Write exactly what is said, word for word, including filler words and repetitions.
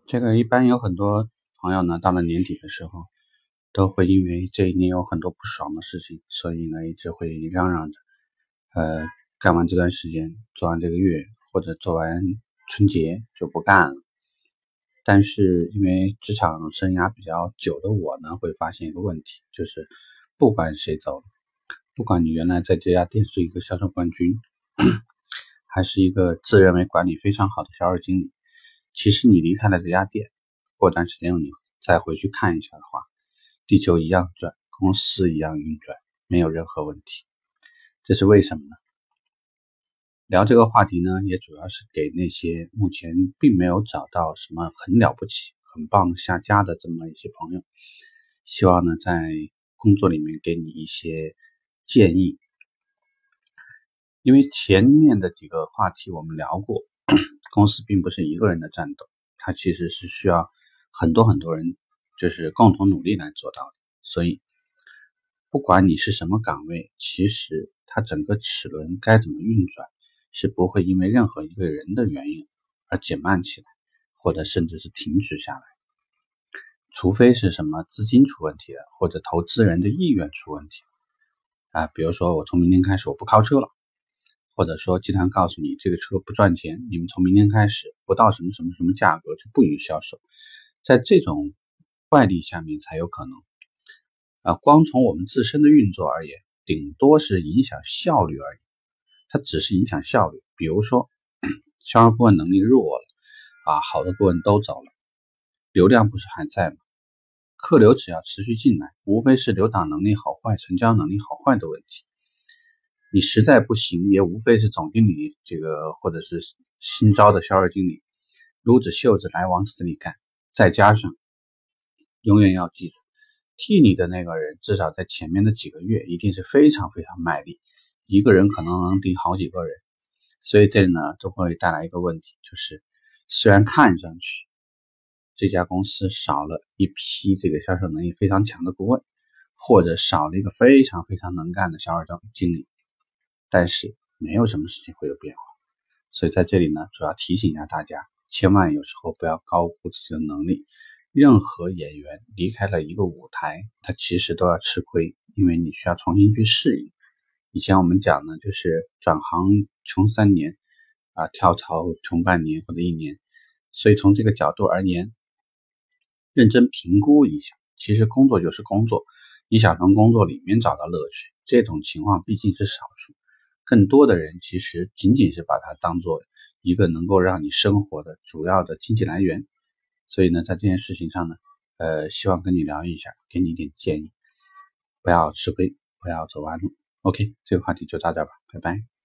这个一般有很多朋友呢，到了年底的时候，都会因为这一年有很多不爽的事情，所以呢一直会嚷嚷着，呃，干完这段时间，做完这个月，或者做完春节就不干了。但是因为职场生涯比较久的我呢，会发现一个问题，就是不管谁走了，不管你原来在这家店是一个销售冠军，还是一个自认为管理非常好的销售经理，其实你离开了这家店，过段时间你再回去看一下的话，地球一样转，公司一样运转，没有任何问题。这是为什么呢？聊这个话题呢，也主要是给那些目前并没有找到什么很了不起、很棒下家的这么一些朋友，希望呢在工作里面给你一些建议。因为前面的几个话题我们聊过，公司并不是一个人的战斗，它其实是需要很多很多人就是共同努力来做到的。所以不管你是什么岗位，其实它整个齿轮该怎么运转，是不会因为任何一个人的原因而减慢起来，或者甚至是停止下来。除非是什么资金出问题了，或者投资人的意愿出问题啊，比如说我从明天开始我不靠车了，或者说集团告诉你这个车不赚钱，你们从明天开始不到什么什么什么价格就不予销售，在这种外力下面才有可能。啊，光从我们自身的运作而言，顶多是影响效率而已，它只是影响效率。比如说销售顾问能力弱了啊，好的顾问都走了，流量不是还在吗？客流只要持续进来，无非是留档能力好坏、成交能力好坏的问题。你实在不行，也无非是总经理这个或者是新招的销售经理撸着袖子来往死里干，再加上永远要记住，替你的那个人至少在前面的几个月一定是非常非常卖力，一个人可能能顶好几个人。所以这呢都会带来一个问题，就是虽然看上去这家公司少了一批这个销售能力非常强的顾问，或者少了一个非常非常能干的销售经理，但是没有什么事情会有变化。所以在这里呢，主要提醒一下大家，千万有时候不要高估自己的能力。任何演员离开了一个舞台，他其实都要吃亏，因为你需要重新去适应。以前我们讲呢，就是转行穷三年啊，跳槽穷半年或者一年。所以从这个角度而言，认真评估一下，其实工作就是工作，你想从工作里面找到乐趣，这种情况毕竟是少数。更多的人其实仅仅是把它当做一个能够让你生活的主要的经济来源。所以呢，在这件事情上呢，呃，希望跟你聊一下，给你一点建议，不要吃亏，不要走弯路。OK，这个话题就到这儿吧，拜拜。